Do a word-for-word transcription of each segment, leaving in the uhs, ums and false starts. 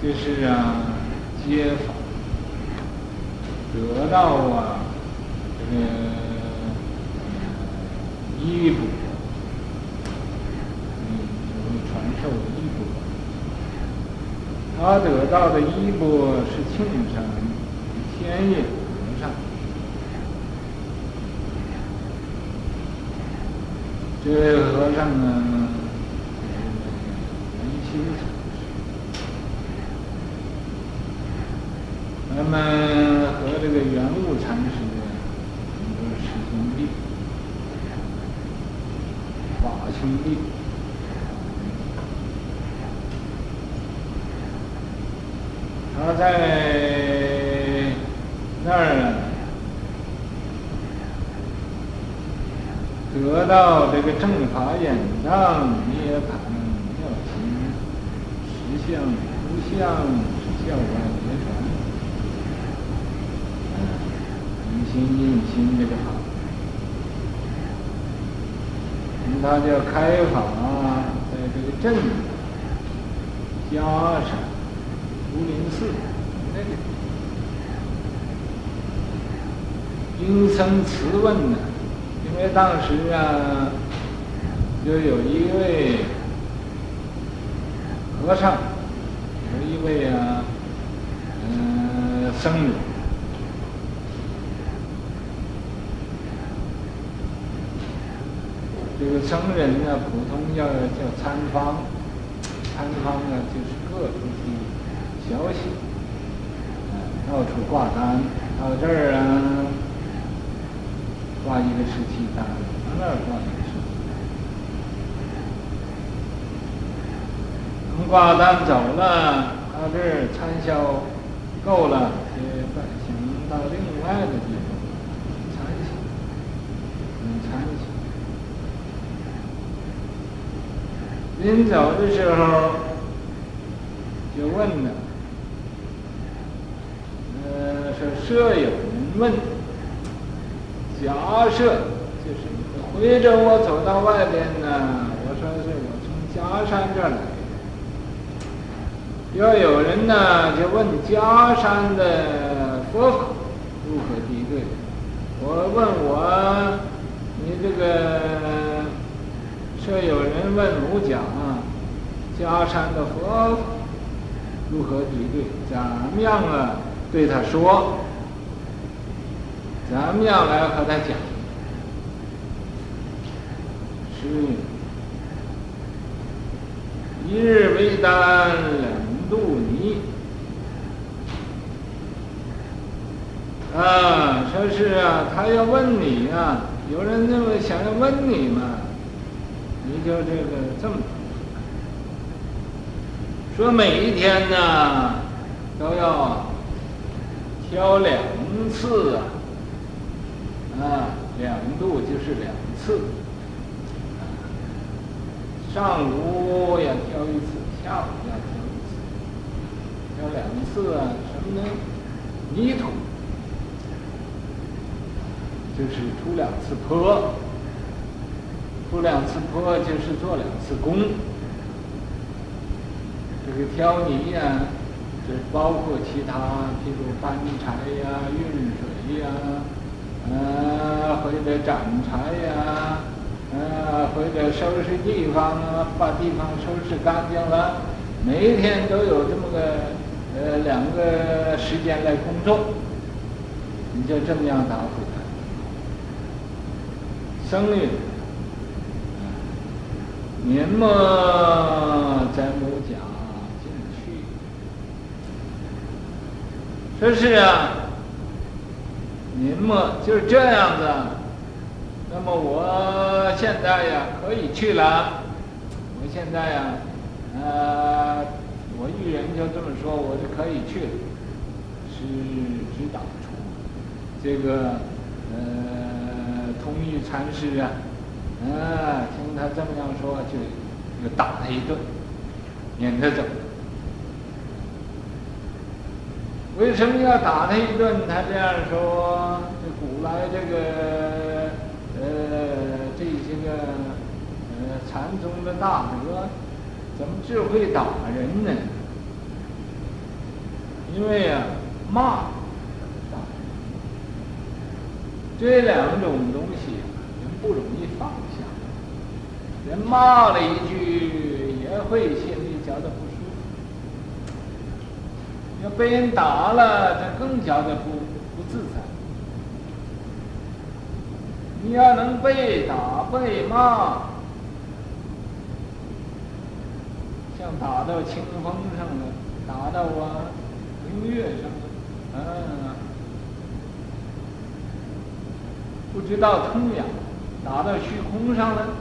这是啊接法，得到啊这个衣钵，嗯，就是传授衣钵。他得到的衣钵是庆山天野和尚。这位和尚呢，圆心禅师，他们和这个圆悟禅师呢，都是师兄弟，法兄弟。他在那儿得到这个正法眼藏涅槃妙心实相无相是教外别传，明心印心这个法，他叫开法在这个镇嘉山竹林寺那个因僧辞问呢。因为当时啊，就有一位和尚，有一位啊，嗯、呃，僧人，这个僧人呢，普通叫叫参方，参方呢就是各处去消息，啊、呃，到处挂单，到这儿啊。挂一个时期，他到那儿挂一个时期，等挂单走了，到这儿参销够了，就想到另外的地方参去，嗯，参去。临走的时候，就问了，呃，说舍友人问。假设就是回着我走到外边呢，我说是我从嘉山这儿来的。要有人呢就问嘉山的佛法如何敌对，我问我你这个舍友人问我讲啊，嘉山的佛法如何敌对，怎么样啊对他说？咱们要来和他讲，是一日为丹，两度泥。啊，说是啊，他要问你啊，有人这么想要问你嘛，你就这个这么说，每一天呢都要挑两次啊。啊，两度就是两次，上午要挑一次，下午要挑一次，挑两次啊，什么呢？泥土，就是出两次坡，出两次坡就是做两次工。这个挑泥呀、啊，这包括其他，譬如搬柴呀、运水呀。呃，或者斩柴呀，呃，或者收拾地方啊，把地方收拾干净了，每一天都有这么个呃两个时间来工作，你就这么样答复他。僧侣，年末在母甲进去，说是啊。您么就是这样子，那么我现在呀可以去了。我现在呀，呃，我遇人就这么说，我就可以去了。是指导处这个呃通义禅师啊，啊，听他这么样说，就就打他一顿，撵他走。为什么要打他一顿？他这样说，这古来这个呃这些个呃禅宗的大德，怎么只会打人呢？ 因为啊，骂这两种东西人不容易放下，人骂了一句也会心里觉得不舒服，要被人打了，他更觉得不不自在。你要能被打被骂，像打到清风上了，打到啊明月上了，嗯，不知道痛痒，打到虚空上了，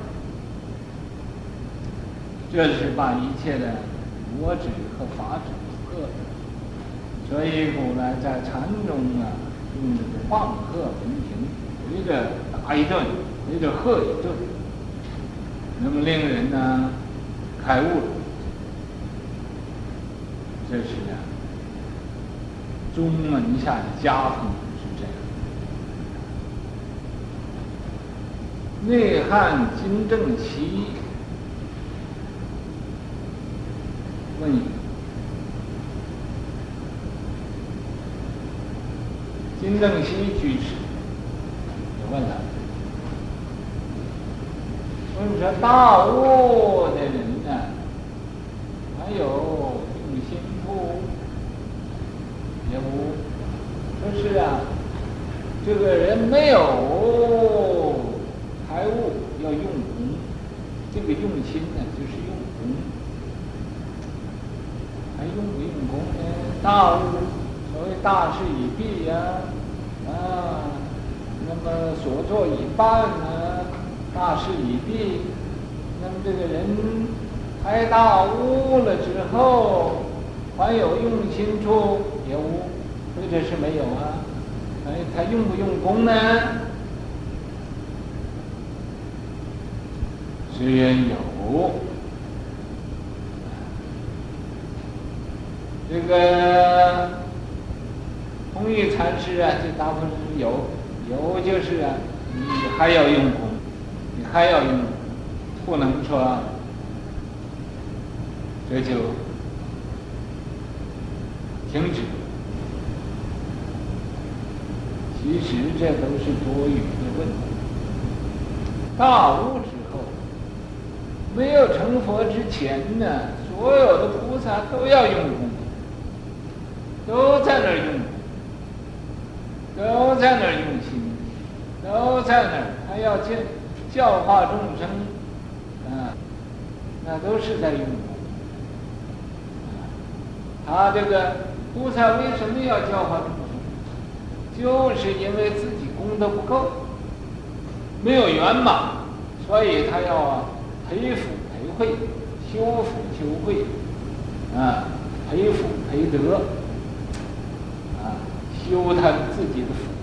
这是把一切的我执和法执合的。所以古来在禅中啊，用这个棒喝频频，围着打一顿，围着喝一顿，那么令人呢开悟了。这是啊，宗门下的家风是这样。内汉金正熙问语，金正熙居士就问了，问说大悟的人呢，还有用心处也无？说是啊，这个人没有开悟，要用功。这个用心呢，就是用功。还用不用功呢？大悟，所谓大事已毕呀，啊，那么所作已办呢，大事已毕。那么这个人开大悟了之后，还有用心处也无，或者是没有啊？哎，他用不用功呢？虽然有，这个弘一禅师啊，这大部分是有，有就是啊，你还要用功，你还要用功，不能说这就停止。其实这都是多余的问题。大悟之后，没有成佛之前呢，所有的菩萨都要用功，都在那儿用功，都在那儿用心，都在那儿，还要教教化众生，啊，那都是在用功。他这个菩萨为什么要教化众生？就是因为自己功德不够，没有圆满，所以他要啊培福培慧，修福修慧，啊，培福培德，啊，修他自己的福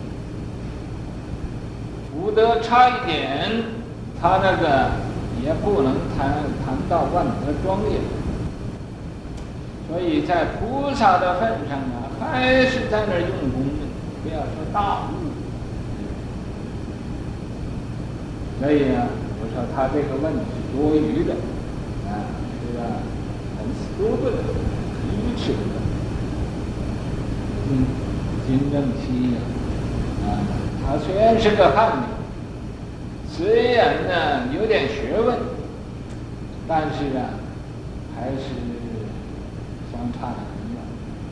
德，福德差一点，他那个也不能谈谈到万德庄严。所以在菩萨的份上啊，还是在那儿用功的，不要说大悟。所以呢，我说他这个问题是多余的，啊，这个很stupid的、愚痴的。金金正熙啊，他虽然是个汉民，虽然呢有点学问，但是啊，还是相差得很远。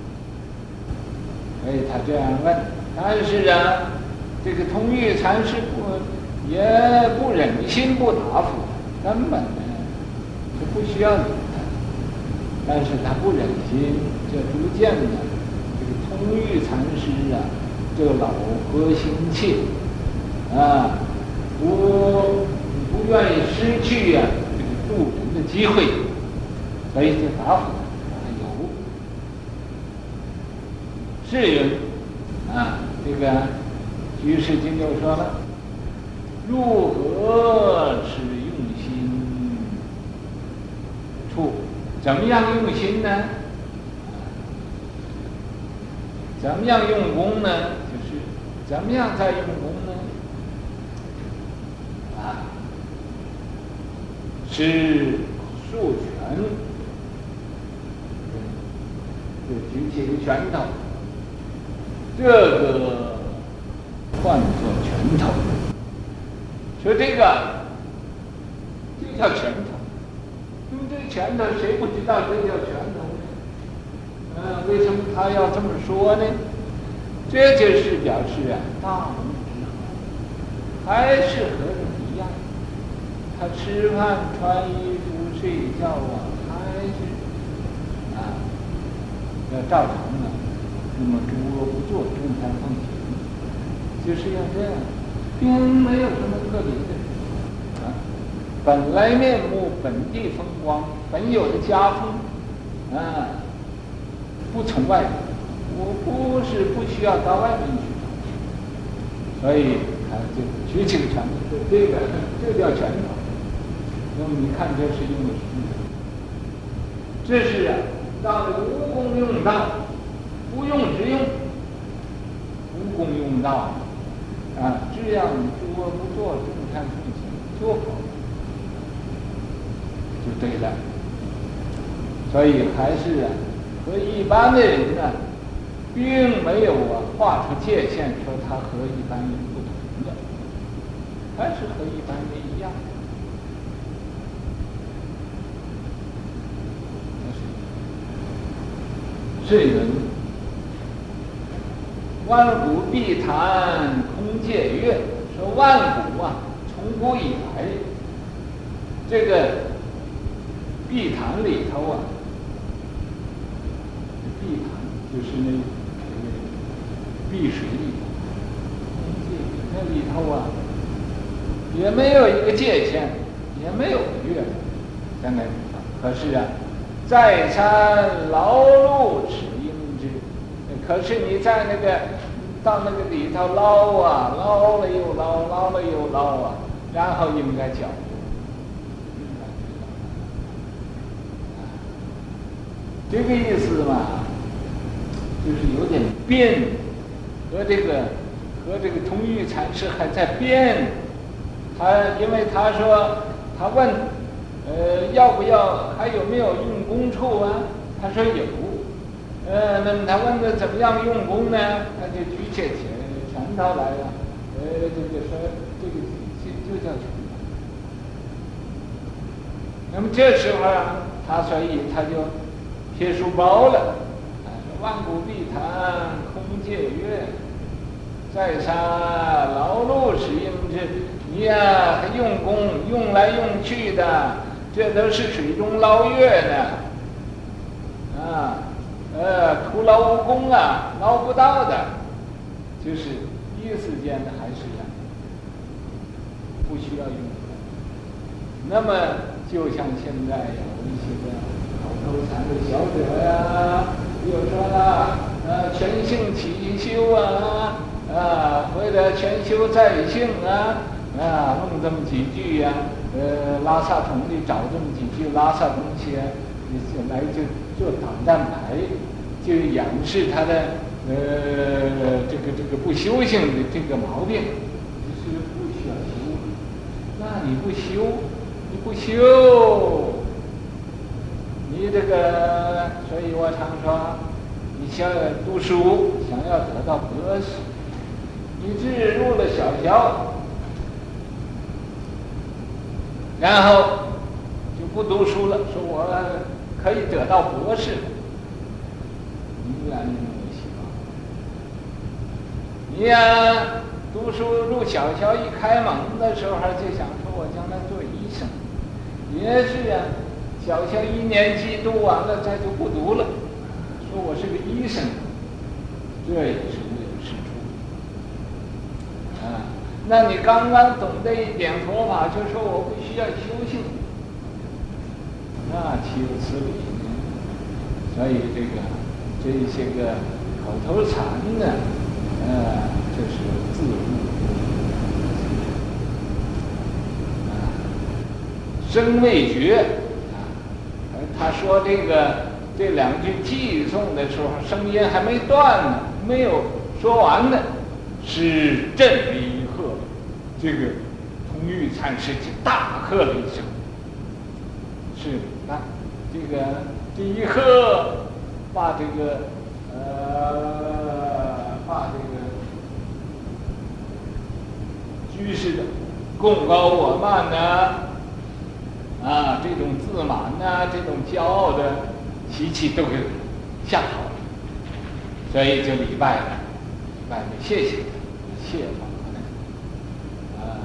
所以他这样问，但是啊，这个通玉禅师不也不忍心不答复，根本呢就不需要理他。但是他不忍心，就逐渐的，这个通玉禅师啊，这个老和心切啊，不不愿意失去啊这个渡人的机会，所以就答复他有。是云啊，这个居士经就说了。如何是用心处？怎么样用心呢？怎么样用功呢？就是怎么样在用功呢？啊，是授权就举起个拳头，这个换作拳头，说这个就叫拳头。那么这拳头谁不知道这叫拳头呢？嗯，为什么他要这么说呢？这就是表示啊，大无之好，还是和人一样。他吃饭、穿衣服、睡觉啊，还是啊，要照常啊。那么诸恶不作，众善奉行，就是要这样，并没有什么特别的啊。本来面目，本地风光，本有的家风啊，不从外。我不是不需要到外面去，所以啊，就举起个拳头，这个这叫拳头。那么你看这是用的什么？这是啊，到了无功用道，无用之用，无功用道啊，这样诸恶不作，众善奉行就好，就对了。所以还是啊，和一般的人呢。并没有啊画出界限，说他和一般人不同的，还是和一般人一样。是人万古碧潭空借月，说万古啊，从古以来，这个碧潭里头啊，碧潭就是那。碧水里头，那里头啊，也没有一个界限，也没有月，在那里头。可是啊，在山劳碌齿应之。可是你在那个到那个里头捞啊，捞了又捞，捞了又捞啊，然后应该脚步，这个意思嘛，就是有点变。和这个和这个通玉禅师还在辩，他因为他说他问，呃，要不要还有没有用功处啊？他说有，呃，那么他问的怎么样用功呢？他就举起拳头来了，呃，这个说这个就就叫拳头。那么这时候啊，他所以他就撇书包了，啊，万古碧潭空借月。在山劳碌使应之，你呀、啊、还用功用来用去的，这都是水中捞月呢，啊，呃，徒劳无功啊，捞不到的，就是一时间的还是呀，不需要用功。那么就像现在有一些个口头禅的小者呀，比如说呢，呃，全性起修啊。啊，或者全修在性啊，啊，弄这么几句呀、啊，呃，拉萨统里找这么几句拉萨东西、啊，就来就做挡弹牌，就掩饰他的呃这个这个不修行的这个毛病，就是不需要修。那你不修，你不修，你这个，所以我常说，你想读书，想要得到博士。你只入了小学，然后就不读书了，说我可以得到博士，你然没有希望。你呀，读书入小学一开门的时候就想说，我将来做医生，也是呀，小学一年级读完了，再就不读了，说我是个医生，这也是。那你刚刚懂得一点佛法，就说我不需要修行，那岂有此理呢？所以这个这一些个口头禅呢，呃，就是自入啊，声未绝啊。他说这个这两句寄送的时候，声音还没断呢，没有说完呢，是震离。这个通玉禅师就大喝了一声，是那这个第一喝把这个呃把这个居士的功高我慢呢，啊，这种自满呐、这种骄傲的习气都给吓跑了，所以就礼拜了，礼拜就谢谢他，谢法呢，啊，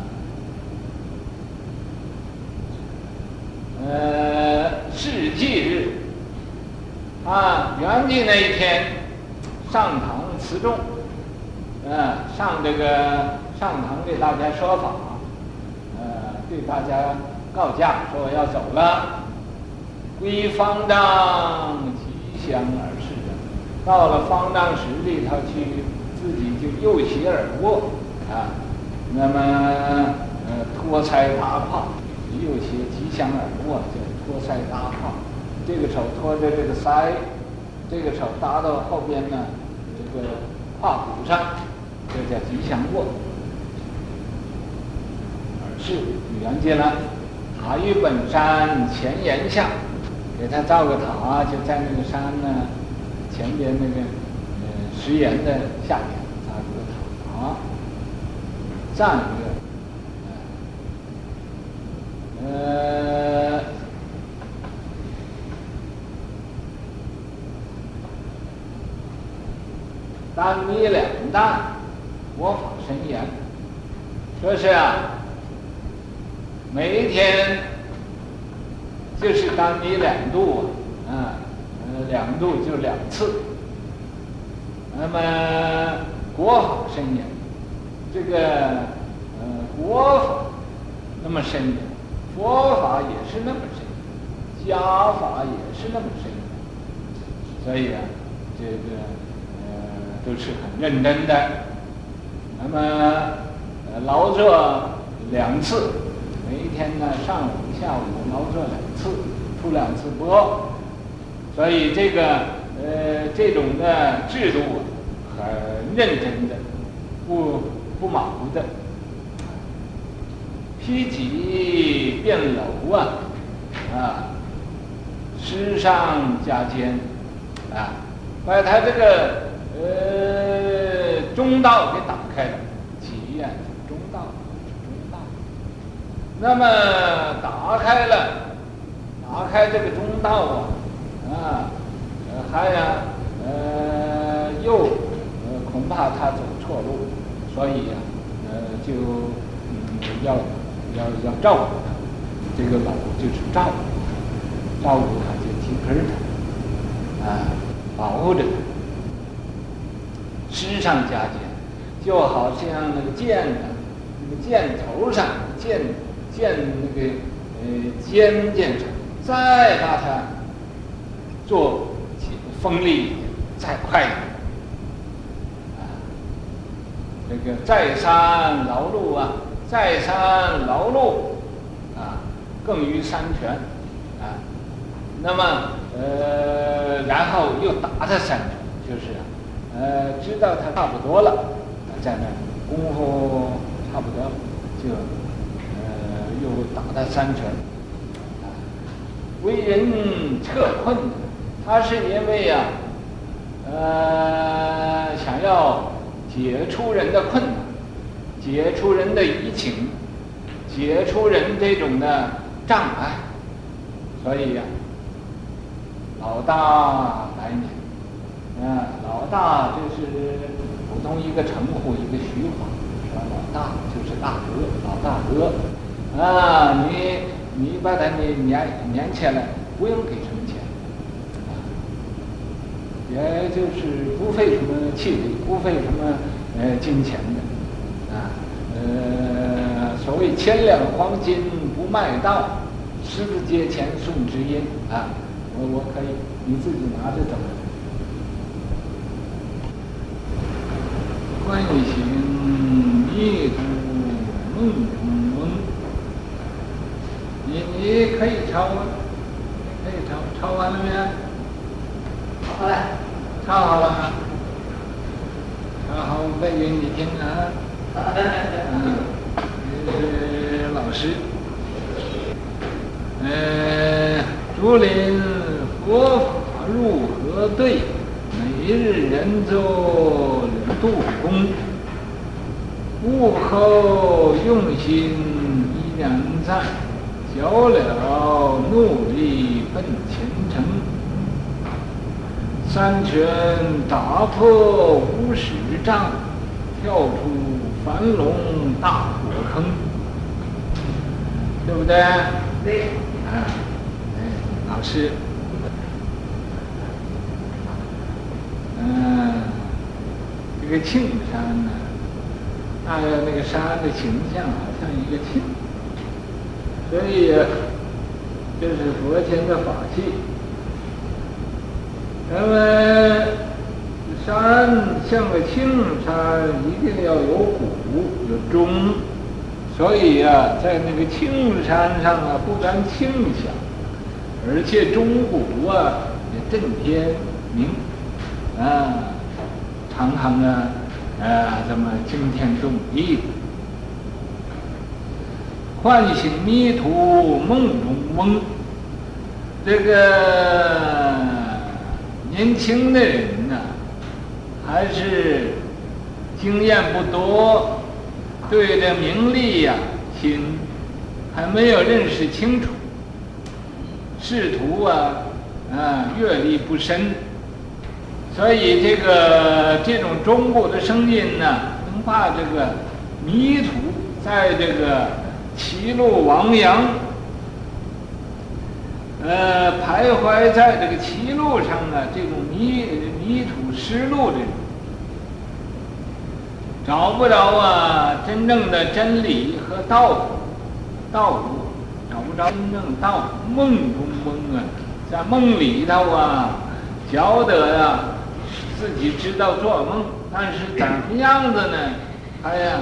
呃，世纪日，啊，元帝那一天上堂辞众，呃，上这个上堂给大家说法，呃，对大家告假，说我要走了，归方丈吉祥而逝的，到了方丈室里头去，自己就右膝而卧啊，那么呃托腮搭胯，右膝吉祥而卧叫托腮搭胯，这个手托着这个腮，这个手搭到后边呢，这个胯骨上，这叫吉祥卧。而是圆寂了，塔于本山前檐下，给他造个塔，就在那个山呢前边那个呃石岩的下面造个塔，赞乐，呃，单米两担，国法深严，说是啊。每一天就是单米两度啊，呃，两度就两次。那么国法深严，这个呃国法那么深严，佛法也是那么深严，家法也是那么深严，所以啊，这个呃都是很认真的。那么呃劳作两次。每一天呢，上午、下午劳作两次，出两次播，所以这个呃这种的制度很认真的，不不马虎的。否极变楼啊，啊，诗上加坚，啊，把他这个呃中道给打开了，己呀，中道。那么打开了，打开这个中道啊，啊，呃还呀，呃又呃恐怕他走错路，所以呀、啊，呃就嗯要要要照顾他，这个老就是照顾他，照顾他就提盆他，啊，保护着他。诗上加剑，就好像那个剑呢，那个箭头上箭。剑那个呃尖剑上，再把它做锋利一点，再快一点，啊，这个再三劳碌啊，再三劳碌啊，更于三全啊。那么呃，然后又打他三拳，就是呃，知道他差不多了，在那功夫差不多了，就。又打他三拳，啊，为人撤困，他是因为呀、啊，呃，想要解除人的困难，解除人的疑情，解除人这种的障碍，所以呀、啊，老大来年，啊，老大就是普通一个称呼，一个虚话，说老大就是大哥，老大哥。啊，你你把他你撵撵起来，不用给什么钱，啊，也就是不费什么气力，不费什么呃金钱的，啊，呃，所谓千两黄金不卖道，十字街前送知音啊，我我可以，你自己拿着走。观行迷途梦中翁。你你可以抄啊，可以抄，抄完了没？好了，抄好了，抄好背给你听啊。嗯，呃，老师，呃，竹林佛法入河对，每日人作两度功。悟后用心依然在，久了努力奔前程。三拳打破无始障，跳出樊笼大火坑，对不对？ 对。 啊，哎，老师，嗯，这个庆山呢，按照那个山的形象，好像一个庆，所以这是佛前的法器。那么山像个青山，一定要有谷有钟，所以啊，在那个青山上啊，不但庆响，而且钟鼓啊也震天鸣，啊，常常啊，啊，这么惊天动地，唤醒迷途梦中翁。这个年轻的人呢、啊，还是经验不多，对这名利呀、啊、心还没有认识清楚，仕途啊啊阅历不深，所以这个这种钟鼓的声音呢，能把这个迷途在这个歧路亡羊。呃，徘徊在这个歧路上啊，这种迷迷途失路的人，找不着啊真正的真理和道道路，找不着真正道，梦中梦啊，在梦里头啊，觉得呀、啊、自己知道做梦，但是怎么样的呢？哎呀，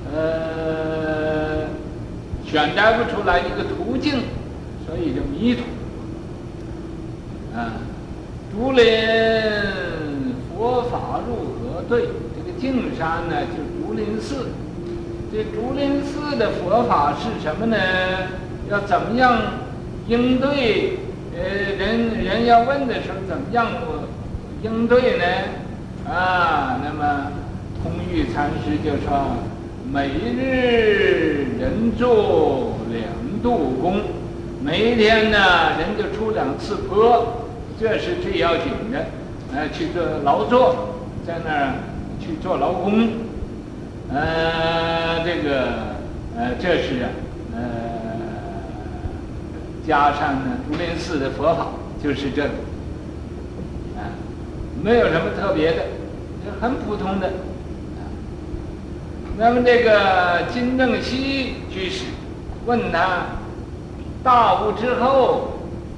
呃，选择不出来一个途径，所以就迷途。啊，竹林佛法入河对，这个径山呢，就是竹林寺。这竹林寺的佛法是什么呢？要怎么样应对？呃，人人要问的时候，怎么样应对呢？啊，那么空玉禅师就说：每日人做两度功，每一天呢，人就出两次坡。这是最要紧的，呃，去做劳作，在那儿去做劳工，呃，这个，呃，这是呃，加上呢，竹林寺的佛法就是这个，啊、呃，没有什么特别的，就很普通的。那么这个金正熙居士问他，大悟之后。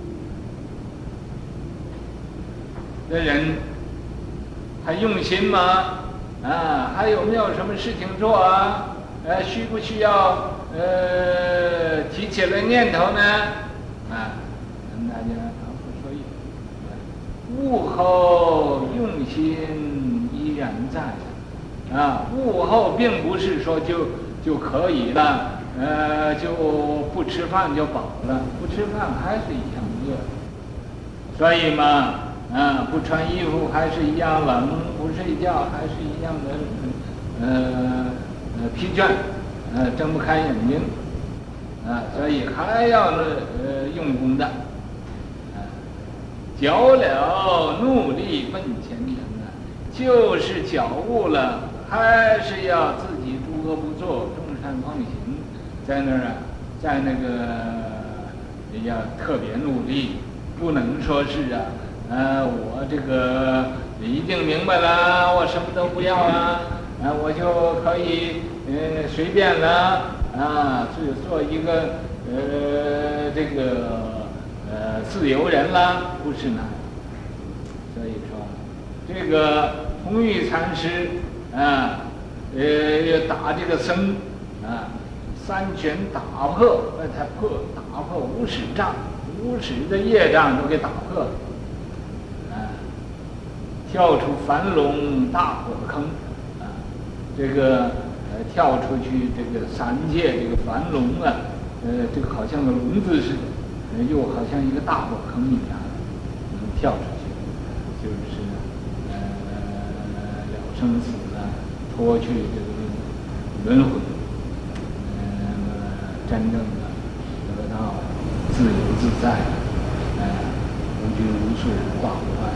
的人还用心吗？啊，还有没有什么事情做啊？呃，需不需要呃提起来念头呢？啊，咱们大家好好说一说。悟后用心依然在，啊，悟后并不是说就就可以了，呃，就不吃饭就饱了，不吃饭还是一样饿，所以嘛。啊，不穿衣服还是一样冷，不睡觉还是一样的，呃呃疲倦，呃睁不开眼睛，啊，所以还要呃用功的，啊，久了努力奔前程啊，就是觉悟了，还是要自己诸恶不作，众善奉行，在那儿啊，在那个要特别努力，不能说是啊。呃，我这个一定明白了，我什么都不要了，啊，我就可以呃随便了啊，去做一个呃这个呃自由人了，不是那样。所以说，这个弘玉禅师啊，呃打这个僧啊，三拳打破，那才破打破无始障，无始的业障都给打破了。跳出樊笼大火坑，啊，这个呃跳出去这个三界这个樊笼啊，呃，这个好像个笼子似的，呃，又好像一个大火坑一样，能跳出去。 生死呢，脱去这个轮回，呃，真正的得到自由自在，呃，无拘无束，无挂无碍。